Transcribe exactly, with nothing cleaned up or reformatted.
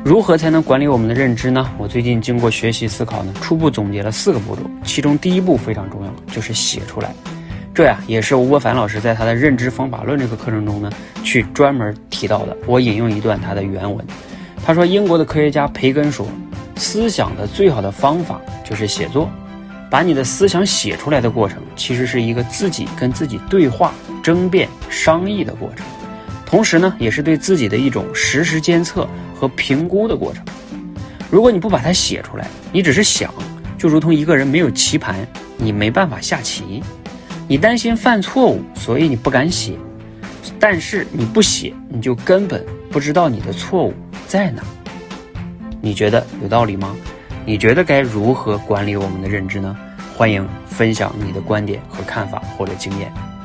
如何才能管理我们的认知呢？我最近经过学习思考呢，初步总结了四个步骤，其中第一步非常重要，就是写出来。这呀也是吴伯凡老师在他的认知方法论这个课程中呢去专门提到的。我引用一段他的原文，他说，英国的科学家培根说，思想的最好的方法就是写作。把你的思想写出来的过程，其实是一个自己跟自己对话、争辩、商议的过程，同时呢也是对自己的一种实时监测和评估的过程。如果你不把它写出来，你只是想，就如同一个人没有棋盘，你没办法下棋。你担心犯错误，所以你不敢写，但是你不写，你就根本不知道你的错误在哪。你觉得有道理吗？你觉得该如何管理我们的认知呢？欢迎分享你的观点和看法或者经验。